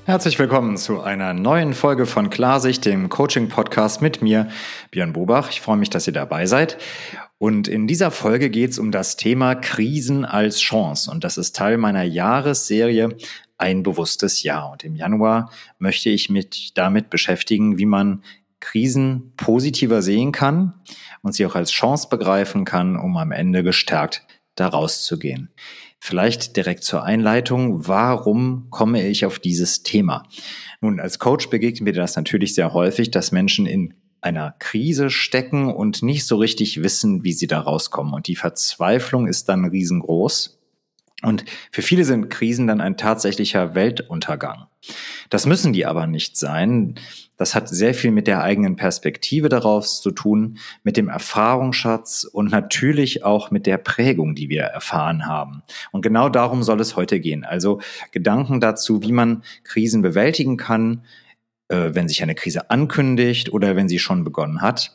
Herzlich willkommen zu einer neuen Folge von Klarsicht, dem Coaching-Podcast mit mir, Björn Bobach. Ich freue mich, dass ihr dabei seid. Und in dieser Folge geht es um das Thema Krisen als Chance. Und das ist Teil meiner Jahresserie Ein bewusstes Jahr. Und im Januar möchte ich mich damit beschäftigen, wie man Krisen positiver sehen kann und sie auch als Chance begreifen kann, um am Ende gestärkt daraus zu gehen. Vielleicht direkt zur Einleitung. Warum komme ich auf dieses Thema? Nun, als Coach begegnet mir das natürlich sehr häufig, dass Menschen in einer Krise stecken und nicht so richtig wissen, wie sie da rauskommen. Und die Verzweiflung ist dann riesengroß. Und für viele sind Krisen dann ein tatsächlicher Weltuntergang. Das müssen die aber nicht sein. Das hat sehr viel mit der eigenen Perspektive darauf zu tun, mit dem Erfahrungsschatz und natürlich auch mit der Prägung, die wir erfahren haben. Und genau darum soll es heute gehen. Also Gedanken dazu, wie man Krisen bewältigen kann, wenn sich eine Krise ankündigt oder wenn sie schon begonnen hat,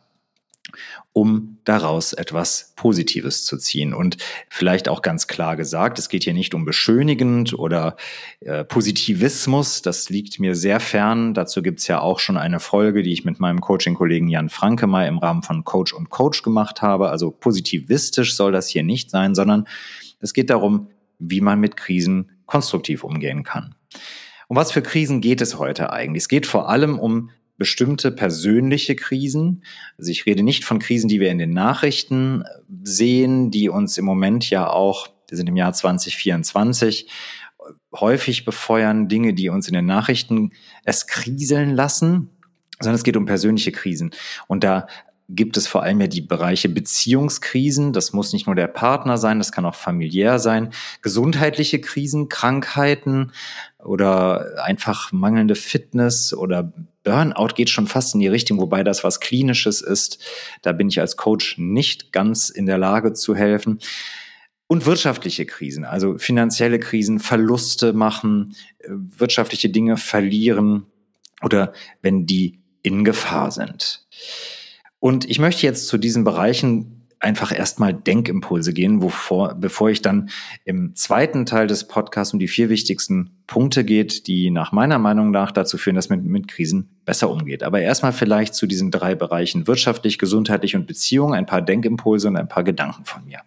um daraus etwas Positives zu ziehen. Und vielleicht auch ganz klar gesagt, es geht hier nicht um beschönigend oder Positivismus, das liegt mir sehr fern. Dazu gibt es ja auch schon eine Folge, die ich mit meinem Coaching-Kollegen Jan Franke mal im Rahmen von Coach und Coach gemacht habe. Also positivistisch soll das hier nicht sein, sondern es geht darum, wie man mit Krisen konstruktiv umgehen kann. Um was für Krisen geht es heute eigentlich? Es geht vor allem um bestimmte persönliche Krisen. Also ich rede nicht von Krisen, die wir in den Nachrichten sehen, die uns im Moment ja auch, wir sind im Jahr 2024, häufig befeuern, Dinge, die uns in den Nachrichten es kriseln lassen, sondern es geht um persönliche Krisen. Und da gibt es vor allem ja die Bereiche Beziehungskrisen. Das muss nicht nur der Partner sein, das kann auch familiär sein. Gesundheitliche Krisen, Krankheiten oder einfach mangelnde Fitness oder Burnout geht schon fast in die Richtung, wobei das was Klinisches ist. Da bin ich als Coach nicht ganz in der Lage zu helfen. Und wirtschaftliche Krisen, also finanzielle Krisen, Verluste machen, wirtschaftliche Dinge verlieren oder wenn die in Gefahr sind. Und ich möchte jetzt zu diesen Bereichen einfach erstmal Denkimpulse gehen, bevor ich dann im zweiten Teil des Podcasts um die 4 wichtigsten Punkte geht, die nach meiner Meinung nach dazu führen, dass man mit Krisen besser umgeht. Aber erstmal vielleicht zu diesen 3 Bereichen wirtschaftlich, gesundheitlich und Beziehung, ein paar Denkimpulse und ein paar Gedanken von mir.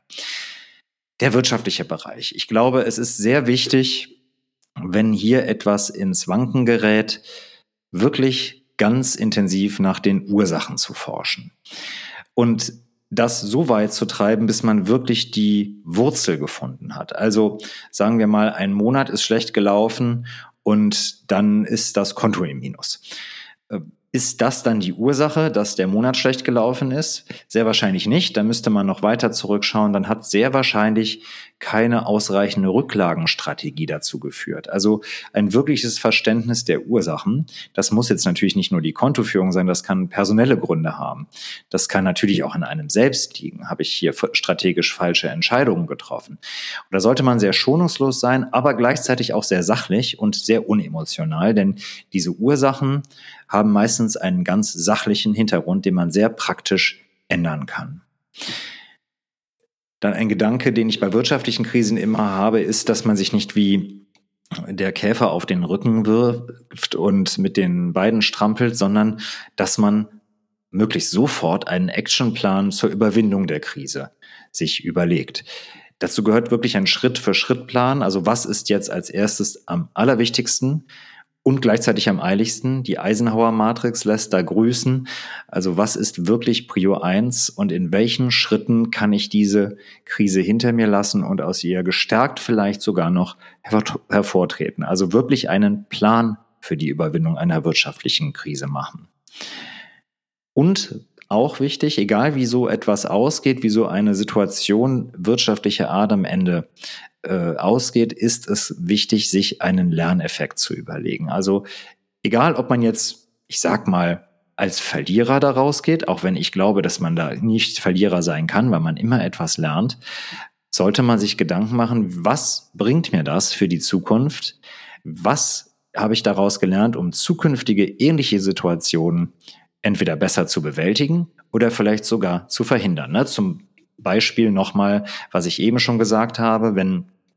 Der wirtschaftliche Bereich. Ich glaube, es ist sehr wichtig, wenn hier etwas ins Wanken gerät, wirklich ganz intensiv nach den Ursachen zu forschen. Und das so weit zu treiben, bis man wirklich die Wurzel gefunden hat. Also sagen wir mal, ein Monat ist schlecht gelaufen und dann ist das Konto im Minus. Ist das dann die Ursache, dass der Monat schlecht gelaufen ist? Sehr wahrscheinlich nicht. Da müsste man noch weiter zurückschauen. Dann hat sehr wahrscheinlich keine ausreichende Rücklagenstrategie dazu geführt. Also ein wirkliches Verständnis der Ursachen. Das muss jetzt natürlich nicht nur die Kontoführung sein, das kann personelle Gründe haben. Das kann natürlich auch an einem selbst liegen. Habe ich hier strategisch falsche Entscheidungen getroffen? Und da sollte man sehr schonungslos sein, aber gleichzeitig auch sehr sachlich und sehr unemotional, denn diese Ursachen haben meistens einen ganz sachlichen Hintergrund, den man sehr praktisch ändern kann. Dann ein Gedanke, den ich bei wirtschaftlichen Krisen immer habe, ist, dass man sich nicht wie der Käfer auf den Rücken wirft und mit den Beinen strampelt, sondern dass man möglichst sofort einen Actionplan zur Überwindung der Krise sich überlegt. Dazu gehört wirklich ein Schritt-für-Schritt-Plan. Also was ist jetzt als erstes am allerwichtigsten? Und gleichzeitig am eiligsten, die Eisenhower-Matrix lässt da grüßen. Also was ist wirklich Prio 1 und in welchen Schritten kann ich diese Krise hinter mir lassen und aus ihr gestärkt vielleicht sogar noch hervortreten? Also wirklich einen Plan für die Überwindung einer wirtschaftlichen Krise machen. Und auch wichtig, egal wie so etwas ausgeht, wie so eine Situation wirtschaftlicher Art am Ende ausgeht, ist es wichtig, sich einen Lerneffekt zu überlegen. Also egal, ob man jetzt, ich sag mal, als Verlierer da rausgeht, auch wenn ich glaube, dass man da nicht Verlierer sein kann, weil man immer etwas lernt, sollte man sich Gedanken machen, was bringt mir das für die Zukunft? Was habe ich daraus gelernt, um zukünftige ähnliche Situationen entweder besser zu bewältigen oder vielleicht sogar zu verhindern? Zum Beispiel nochmal, was ich eben schon gesagt habe, wenn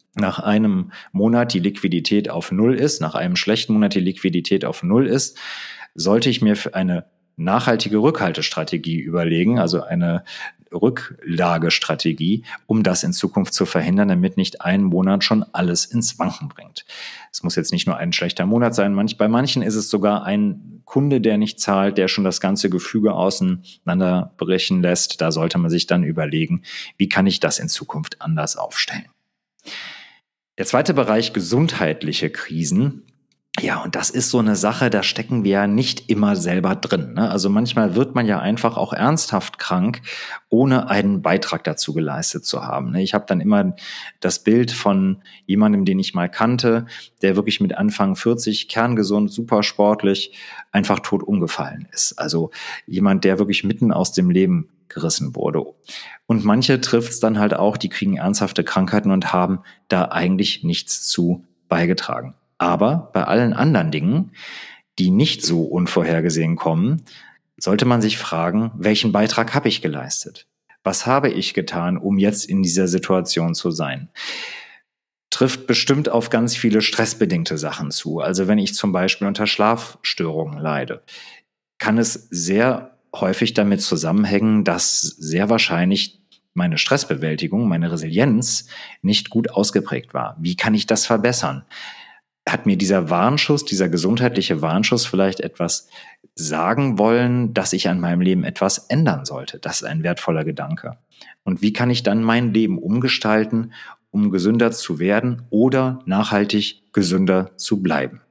nach einem Monat die Liquidität auf Null ist, nach einem schlechten Monat die Liquidität auf Null ist, sollte ich mir für eine nachhaltige Rückhaltestrategie überlegen, also eine Rücklagestrategie, um das in Zukunft zu verhindern, damit nicht ein Monat schon alles ins Wanken bringt. Es muss jetzt nicht nur ein schlechter Monat sein, bei manchen ist es sogar ein Kunde, der nicht zahlt, der schon das ganze Gefüge auseinanderbrechen lässt. Da sollte man sich dann überlegen, wie kann ich das in Zukunft anders aufstellen. Der zweite Bereich, gesundheitliche Krisen. Ja, und das ist so eine Sache, da stecken wir ja nicht immer selber drin, ne? Also manchmal wird man ja einfach auch ernsthaft krank, ohne einen Beitrag dazu geleistet zu haben, ne? Ich habe dann immer das Bild von jemandem, den ich mal kannte, der wirklich mit Anfang 40, kerngesund, super sportlich, einfach tot umgefallen ist. Also jemand, der wirklich mitten aus dem Leben gerissen wurde. Und manche trifft es dann halt auch, die kriegen ernsthafte Krankheiten und haben da eigentlich nichts zu beigetragen. Aber bei allen anderen Dingen, die nicht so unvorhergesehen kommen, sollte man sich fragen, welchen Beitrag habe ich geleistet? Was habe ich getan, um jetzt in dieser Situation zu sein? Trifft bestimmt auf ganz viele stressbedingte Sachen zu. Also wenn ich zum Beispiel unter Schlafstörungen leide, kann es sehr häufig damit zusammenhängen, dass sehr wahrscheinlich meine Stressbewältigung, meine Resilienz nicht gut ausgeprägt war. Wie kann ich das verbessern? Hat mir dieser Warnschuss, dieser gesundheitliche Warnschuss vielleicht etwas sagen wollen, dass ich an meinem Leben etwas ändern sollte? Das ist ein wertvoller Gedanke. Und wie kann ich dann mein Leben umgestalten, um gesünder zu werden oder nachhaltig gesünder zu bleiben?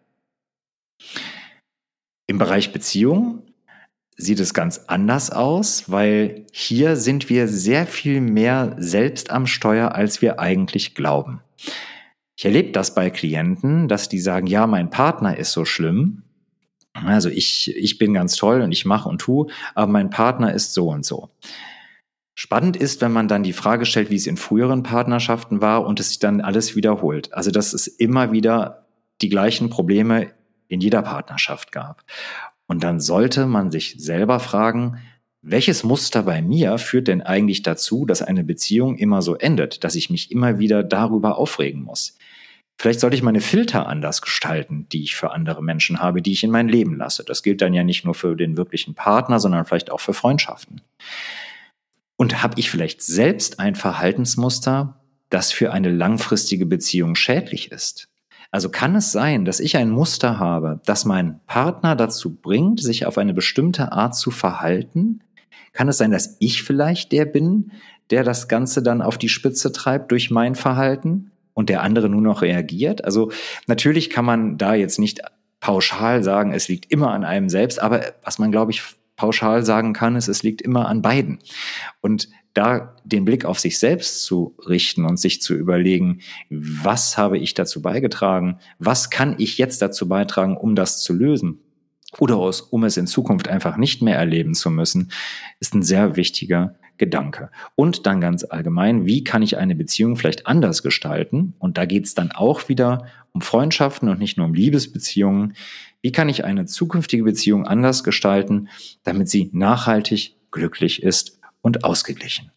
Im Bereich Beziehung sieht es ganz anders aus, weil hier sind wir sehr viel mehr selbst am Steuer, als wir eigentlich glauben. Ich erlebe das bei Klienten, dass die sagen, ja, mein Partner ist so schlimm. Also ich bin ganz toll und ich mache und tue, aber mein Partner ist so und so. Spannend ist, wenn man dann die Frage stellt, wie es in früheren Partnerschaften war und es sich dann alles wiederholt. Also dass es immer wieder die gleichen Probleme in jeder Partnerschaft gab. Und dann sollte man sich selber fragen, welches Muster bei mir führt denn eigentlich dazu, dass eine Beziehung immer so endet, dass ich mich immer wieder darüber aufregen muss? Vielleicht sollte ich meine Filter anders gestalten, die ich für andere Menschen habe, die ich in mein Leben lasse. Das gilt dann ja nicht nur für den wirklichen Partner, sondern vielleicht auch für Freundschaften. Und habe ich vielleicht selbst ein Verhaltensmuster, das für eine langfristige Beziehung schädlich ist? Also kann es sein, dass ich ein Muster habe, das meinen Partner dazu bringt, sich auf eine bestimmte Art zu verhalten? Kann es sein, dass ich vielleicht der bin, der das Ganze dann auf die Spitze treibt durch mein Verhalten und der andere nur noch reagiert? Also natürlich kann man da jetzt nicht pauschal sagen, es liegt immer an einem selbst, aber was man, glaube ich, pauschal sagen kann, ist, es liegt immer an beiden. Und da den Blick auf sich selbst zu richten und sich zu überlegen, was habe ich dazu beigetragen, was kann ich jetzt dazu beitragen, um das zu lösen oder um es in Zukunft einfach nicht mehr erleben zu müssen, ist ein sehr wichtiger Gedanke. Und dann ganz allgemein, wie kann ich eine Beziehung vielleicht anders gestalten? Und da geht es dann auch wieder um Freundschaften und nicht nur um Liebesbeziehungen. Wie kann ich eine zukünftige Beziehung anders gestalten, damit sie nachhaltig, glücklich ist und ausgeglichen?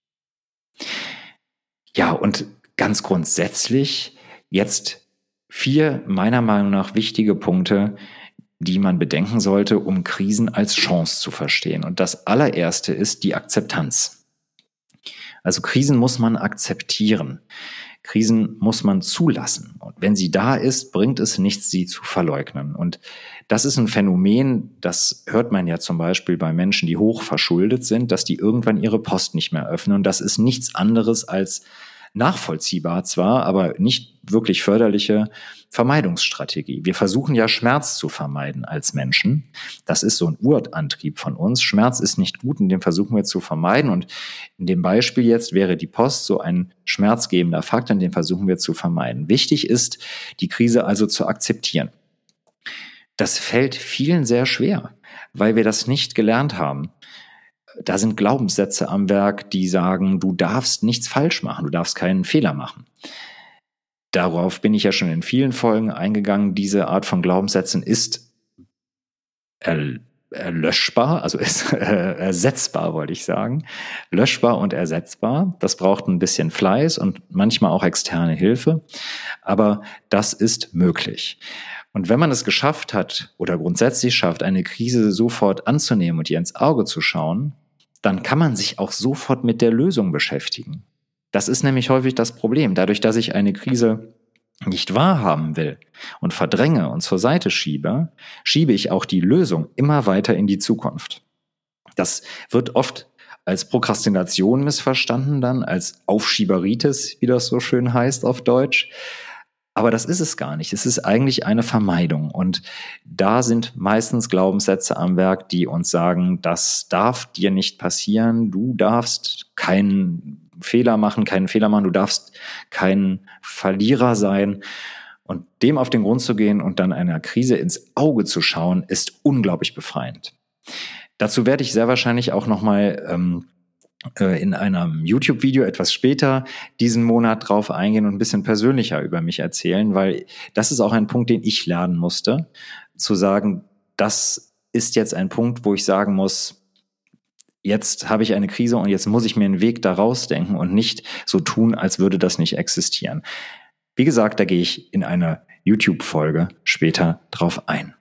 Ja, und ganz grundsätzlich jetzt 4 meiner Meinung nach wichtige Punkte, die man bedenken sollte, um Krisen als Chance zu verstehen. Und das allererste ist die Akzeptanz. Also Krisen muss man akzeptieren. Krisen muss man zulassen. Und wenn sie da ist, bringt es nichts, sie zu verleugnen. Und das ist ein Phänomen, das hört man ja zum Beispiel bei Menschen, die hoch verschuldet sind, dass die irgendwann ihre Post nicht mehr öffnen. Und das ist nichts anderes als nachvollziehbar zwar, aber nicht wirklich förderliche Vermeidungsstrategie. Wir versuchen ja Schmerz zu vermeiden als Menschen. Das ist so ein Urantrieb von uns. Schmerz ist nicht gut und den versuchen wir zu vermeiden. Und in dem Beispiel jetzt wäre die Post so ein schmerzgebender Faktor, den versuchen wir zu vermeiden. Wichtig ist, die Krise also zu akzeptieren. Das fällt vielen sehr schwer, weil wir das nicht gelernt haben. Da sind Glaubenssätze am Werk, die sagen, du darfst nichts falsch machen, du darfst keinen Fehler machen. Darauf bin ich ja schon in vielen Folgen eingegangen. Diese Art von Glaubenssätzen ist löschbar, also ist ersetzbar, wollte ich sagen. Löschbar und ersetzbar. Das braucht ein bisschen Fleiß und manchmal auch externe Hilfe. Aber das ist möglich. Und wenn man es geschafft hat oder grundsätzlich schafft, eine Krise sofort anzunehmen und ihr ins Auge zu schauen, dann kann man sich auch sofort mit der Lösung beschäftigen. Das ist nämlich häufig das Problem. Dadurch, dass ich eine Krise nicht wahrhaben will und verdränge und zur Seite schiebe, schiebe ich auch die Lösung immer weiter in die Zukunft. Das wird oft als Prokrastination missverstanden dann, als Aufschieberitis, wie das so schön heißt auf Deutsch. Aber das ist es gar nicht. Es ist eigentlich eine Vermeidung. Und da sind meistens Glaubenssätze am Werk, die uns sagen, das darf dir nicht passieren. Du darfst keinen Fehler machen, du darfst kein Verlierer sein. Und dem auf den Grund zu gehen und dann einer Krise ins Auge zu schauen, ist unglaublich befreiend. Dazu werde ich sehr wahrscheinlich auch nochmal in einem YouTube-Video etwas später diesen Monat drauf eingehen und ein bisschen persönlicher über mich erzählen, weil das ist auch ein Punkt, den ich lernen musste, zu sagen, das ist jetzt ein Punkt, wo ich sagen muss, jetzt habe ich eine Krise und jetzt muss ich mir einen Weg daraus denken und nicht so tun, als würde das nicht existieren. Wie gesagt, da gehe ich in einer YouTube-Folge später drauf ein.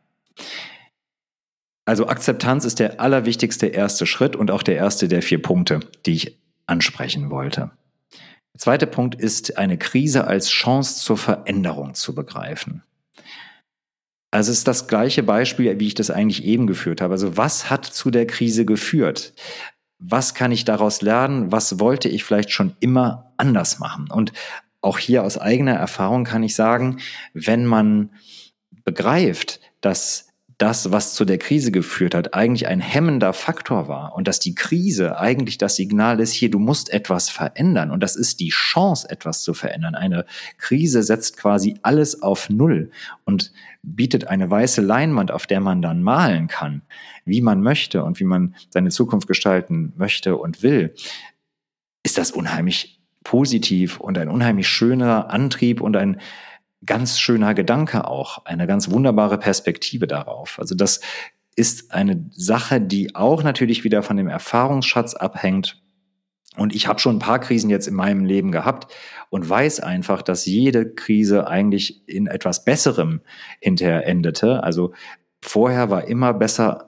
Also Akzeptanz ist der allerwichtigste erste Schritt und auch der erste der 4 Punkte, die ich ansprechen wollte. Der zweite Punkt ist, eine Krise als Chance zur Veränderung zu begreifen. Also es ist das gleiche Beispiel, wie ich das eigentlich eben geführt habe. Also was hat zu der Krise geführt? Was kann ich daraus lernen? Was wollte ich vielleicht schon immer anders machen? Und auch hier aus eigener Erfahrung kann ich sagen, wenn man begreift, dass das, was zu der Krise geführt hat, eigentlich ein hemmender Faktor war und dass die Krise eigentlich das Signal ist, hier, du musst etwas verändern und das ist die Chance, etwas zu verändern. Eine Krise setzt quasi alles auf Null und bietet eine weiße Leinwand, auf der man dann malen kann, wie man möchte und wie man seine Zukunft gestalten möchte und will. Ist das unheimlich positiv und ein unheimlich schöner Antrieb und ein ganz schöner Gedanke auch, eine ganz wunderbare Perspektive darauf. Also das ist eine Sache, die auch natürlich wieder von dem Erfahrungsschatz abhängt. Und ich habe schon ein paar Krisen jetzt in meinem Leben gehabt und weiß einfach, dass jede Krise eigentlich in etwas Besserem hinterher endete. Also nachher war immer besser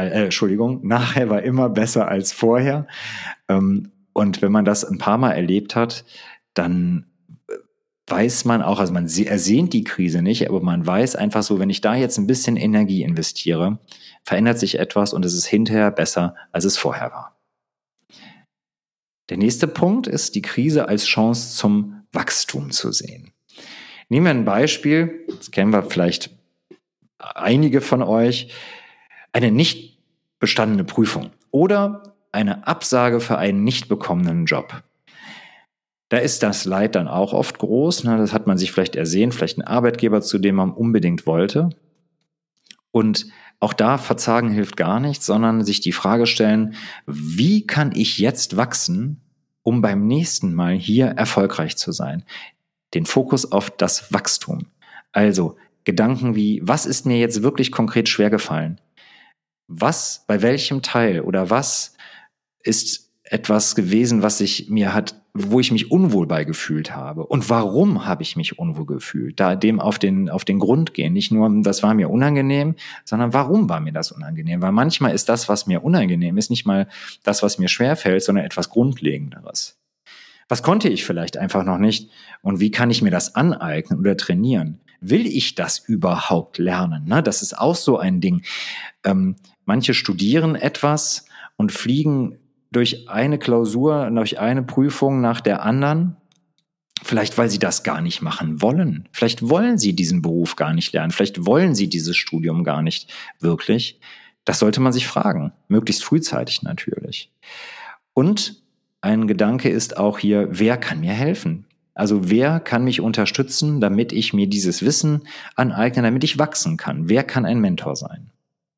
als vorher. Und wenn man das ein paar Mal erlebt hat, dann weiß man auch, also man ersehnt die Krise nicht, aber man weiß einfach so, wenn ich da jetzt ein bisschen Energie investiere, verändert sich etwas und es ist hinterher besser, als es vorher war. Der nächste Punkt ist, die Krise als Chance zum Wachstum zu sehen. Nehmen wir ein Beispiel, das kennen wir vielleicht einige von euch, eine nicht bestandene Prüfung oder eine Absage für einen nicht bekommenen Job. Da ist das Leid dann auch oft groß. Das hat man sich vielleicht ersehen, vielleicht einen Arbeitgeber, zu dem man unbedingt wollte. Und auch da Verzagen hilft gar nichts, sondern sich die Frage stellen, wie kann ich jetzt wachsen, um beim nächsten Mal hier erfolgreich zu sein? Den Fokus auf das Wachstum. Also Gedanken wie, was ist mir jetzt wirklich konkret schwer gefallen? Was, bei welchem Teil oder was ist etwas gewesen, wo ich mich unwohl bei gefühlt habe. Und warum habe ich mich unwohl gefühlt? Da dem auf den Grund gehen. Nicht nur, das war mir unangenehm, sondern warum war mir das unangenehm? Weil manchmal ist das, was mir unangenehm ist, nicht mal das, was mir schwerfällt, sondern etwas Grundlegenderes. Was konnte ich vielleicht einfach noch nicht? Und wie kann ich mir das aneignen oder trainieren? Will ich das überhaupt lernen? Das ist auch so ein Ding. Manche studieren etwas und fliegen durch eine Klausur, durch eine Prüfung nach der anderen, vielleicht weil sie das gar nicht machen wollen. Vielleicht wollen sie diesen Beruf gar nicht lernen. Vielleicht wollen sie dieses Studium gar nicht wirklich. Das sollte man sich fragen, möglichst frühzeitig natürlich. Und ein Gedanke ist auch hier, wer kann mir helfen? Also wer kann mich unterstützen, damit ich mir dieses Wissen aneigne, damit ich wachsen kann? Wer kann ein Mentor sein?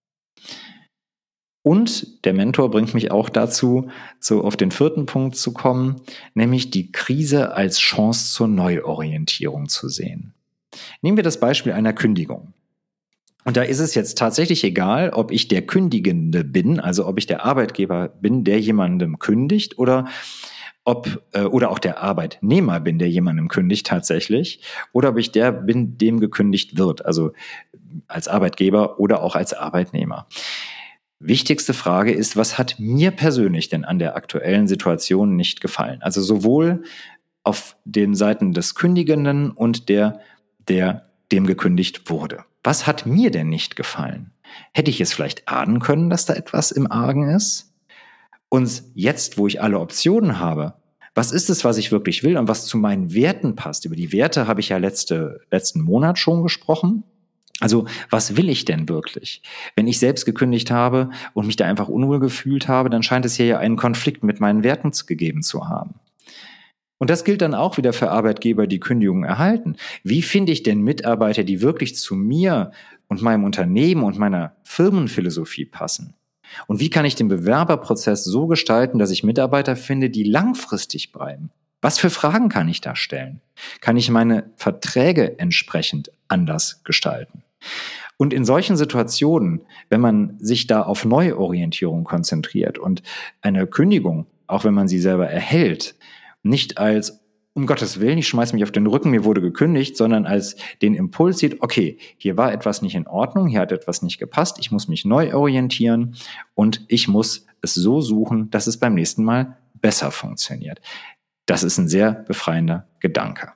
Und der Mentor bringt mich auch dazu, so auf den 4. Punkt zu kommen, nämlich die Krise als Chance zur Neuorientierung zu sehen. Nehmen wir das Beispiel einer Kündigung. Und da ist es jetzt tatsächlich egal, ob ich der Kündigende bin, also ob ich der Arbeitgeber bin, der jemandem kündigt, oder auch der Arbeitnehmer bin, der jemandem kündigt tatsächlich, oder ob ich der bin, dem gekündigt wird, also als Arbeitgeber oder auch als Arbeitnehmer. Wichtigste Frage ist, was hat mir persönlich denn an der aktuellen Situation nicht gefallen? Also sowohl auf den Seiten des Kündigenden und der dem gekündigt wurde. Was hat mir denn nicht gefallen? Hätte ich es vielleicht ahnen können, dass da etwas im Argen ist? Und jetzt, wo ich alle Optionen habe, was ist es, was ich wirklich will und was zu meinen Werten passt? Über die Werte habe ich ja letzten Monat schon gesprochen. Also, was will ich denn wirklich? Wenn ich selbst gekündigt habe und mich da einfach unwohl gefühlt habe, dann scheint es hier ja einen Konflikt mit meinen Werten gegeben zu haben. Und das gilt dann auch wieder für Arbeitgeber, die Kündigungen erhalten. Wie finde ich denn Mitarbeiter, die wirklich zu mir und meinem Unternehmen und meiner Firmenphilosophie passen? Und wie kann ich den Bewerberprozess so gestalten, dass ich Mitarbeiter finde, die langfristig bleiben? Was für Fragen kann ich da stellen? Kann ich meine Verträge entsprechend anders gestalten? Und in solchen Situationen, wenn man sich da auf Neuorientierung konzentriert und eine Kündigung, auch wenn man sie selber erhält, nicht als, um Gottes Willen, ich schmeiß mich auf den Rücken, mir wurde gekündigt, sondern als den Impuls sieht, okay, hier war etwas nicht in Ordnung, hier hat etwas nicht gepasst, ich muss mich neu orientieren und ich muss es so suchen, dass es beim nächsten Mal besser funktioniert. Das ist ein sehr befreiender Gedanke.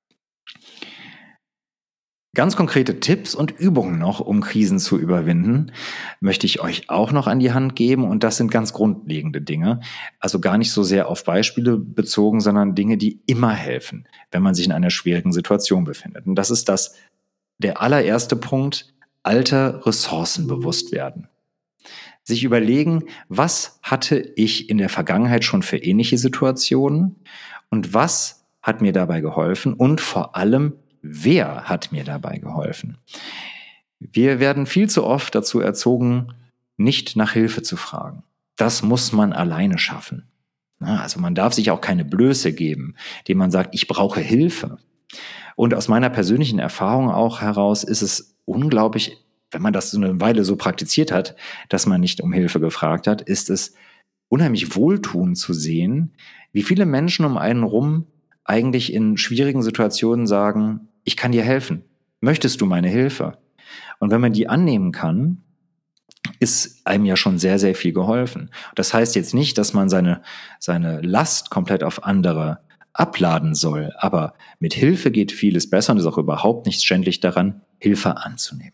Ganz konkrete Tipps und Übungen noch, um Krisen zu überwinden, möchte ich euch auch noch an die Hand geben. Und das sind ganz grundlegende Dinge. Also gar nicht so sehr auf Beispiele bezogen, sondern Dinge, die immer helfen, wenn man sich in einer schwierigen Situation befindet. Und das ist der allererste Punkt: alte Ressourcen bewusst werden. Sich überlegen, was hatte ich in der Vergangenheit schon für ähnliche Situationen und was hat mir dabei geholfen und vor allem, wer hat mir dabei geholfen? Wir werden viel zu oft dazu erzogen, nicht nach Hilfe zu fragen. Das muss man alleine schaffen. Also man darf sich auch keine Blöße geben, indem man sagt, ich brauche Hilfe. Und aus meiner persönlichen Erfahrung auch heraus ist es unglaublich, wenn man das so eine Weile so praktiziert hat, dass man nicht um Hilfe gefragt hat, ist es unheimlich wohltuend zu sehen, wie viele Menschen um einen rum eigentlich in schwierigen Situationen sagen, ich kann dir helfen. Möchtest du meine Hilfe? Und wenn man die annehmen kann, ist einem ja schon sehr, sehr viel geholfen. Das heißt jetzt nicht, dass man seine Last komplett auf andere abladen soll, aber mit Hilfe geht vieles besser und ist auch überhaupt nicht schändlich daran, Hilfe anzunehmen.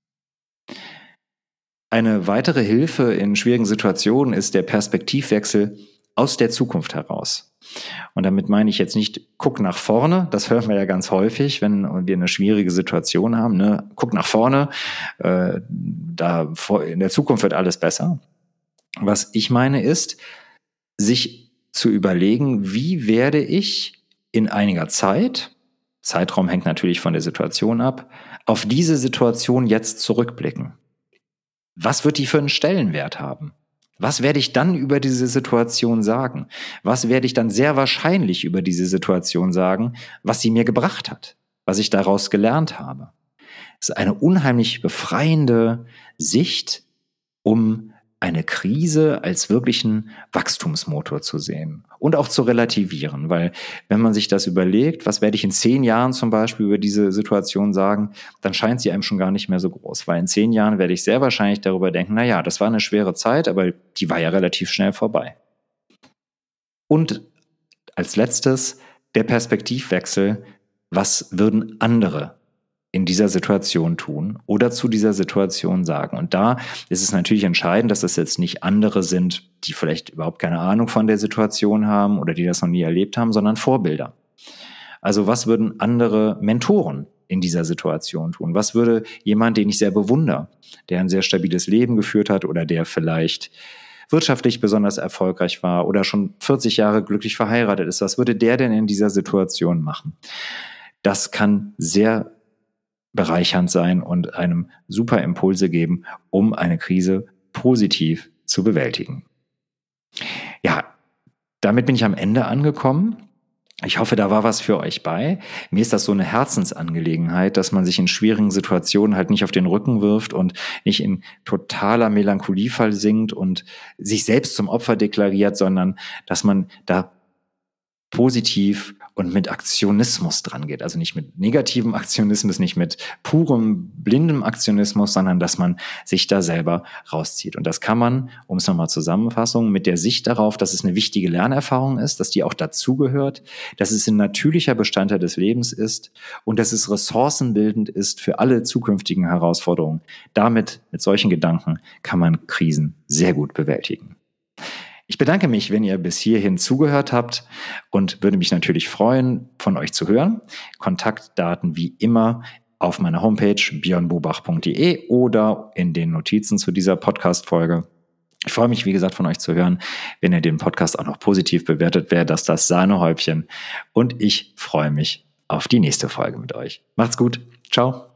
Eine weitere Hilfe in schwierigen Situationen ist der Perspektivwechsel aus der Zukunft heraus. Und damit meine ich jetzt nicht, guck nach vorne, das hören wir ja ganz häufig, wenn wir eine schwierige Situation haben, ne? Guck nach vorne, in der Zukunft wird alles besser. Was ich meine ist, sich zu überlegen, wie werde ich in einiger Zeit, Zeitraum hängt natürlich von der Situation ab, auf diese Situation jetzt zurückblicken. Was wird die für einen Stellenwert haben? Was werde ich dann über diese Situation sagen? Was werde ich dann sehr wahrscheinlich über diese Situation sagen, was sie mir gebracht hat, was ich daraus gelernt habe? Es ist eine unheimlich befreiende Sicht, um eine Krise als wirklichen Wachstumsmotor zu sehen und auch zu relativieren, weil wenn man sich das überlegt, was werde ich in 10 Jahren zum Beispiel über diese Situation sagen, dann scheint sie einem schon gar nicht mehr so groß, weil in 10 Jahren werde ich sehr wahrscheinlich darüber denken, naja, das war eine schwere Zeit, aber die war ja relativ schnell vorbei. Und als letztes der Perspektivwechsel, was würden andere in dieser Situation tun oder zu dieser Situation sagen. Und da ist es natürlich entscheidend, dass das jetzt nicht andere sind, die vielleicht überhaupt keine Ahnung von der Situation haben oder die das noch nie erlebt haben, sondern Vorbilder. Also was würden andere Mentoren in dieser Situation tun? Was würde jemand, den ich sehr bewundere, der ein sehr stabiles Leben geführt hat oder der vielleicht wirtschaftlich besonders erfolgreich war oder schon 40 Jahre glücklich verheiratet ist, was würde der denn in dieser Situation machen? Das kann sehr bereichernd sein und einem super Impulse geben, um eine Krise positiv zu bewältigen. Ja, damit bin ich am Ende angekommen. Ich hoffe, da war was für euch bei. Mir ist das so eine Herzensangelegenheit, dass man sich in schwierigen Situationen halt nicht auf den Rücken wirft und nicht in totaler Melancholie versinkt und sich selbst zum Opfer deklariert, sondern dass man da positiv und mit Aktionismus dran geht. Also nicht mit negativem Aktionismus, nicht mit purem, blindem Aktionismus, sondern dass man sich da selber rauszieht. Und das kann man, um es nochmal zusammenfassen, mit der Sicht darauf, dass es eine wichtige Lernerfahrung ist, dass die auch dazugehört, dass es ein natürlicher Bestandteil des Lebens ist und dass es ressourcenbildend ist für alle zukünftigen Herausforderungen. Damit, mit solchen Gedanken, kann man Krisen sehr gut bewältigen. Ich bedanke mich, wenn ihr bis hierhin zugehört habt und würde mich natürlich freuen, von euch zu hören. Kontaktdaten wie immer auf meiner Homepage björnbobach.de oder in den Notizen zu dieser Podcast-Folge. Ich freue mich, wie gesagt, von euch zu hören. Wenn ihr den Podcast auch noch positiv bewertet, wäre das Sahnehäubchen. Und ich freue mich auf die nächste Folge mit euch. Macht's gut. Ciao.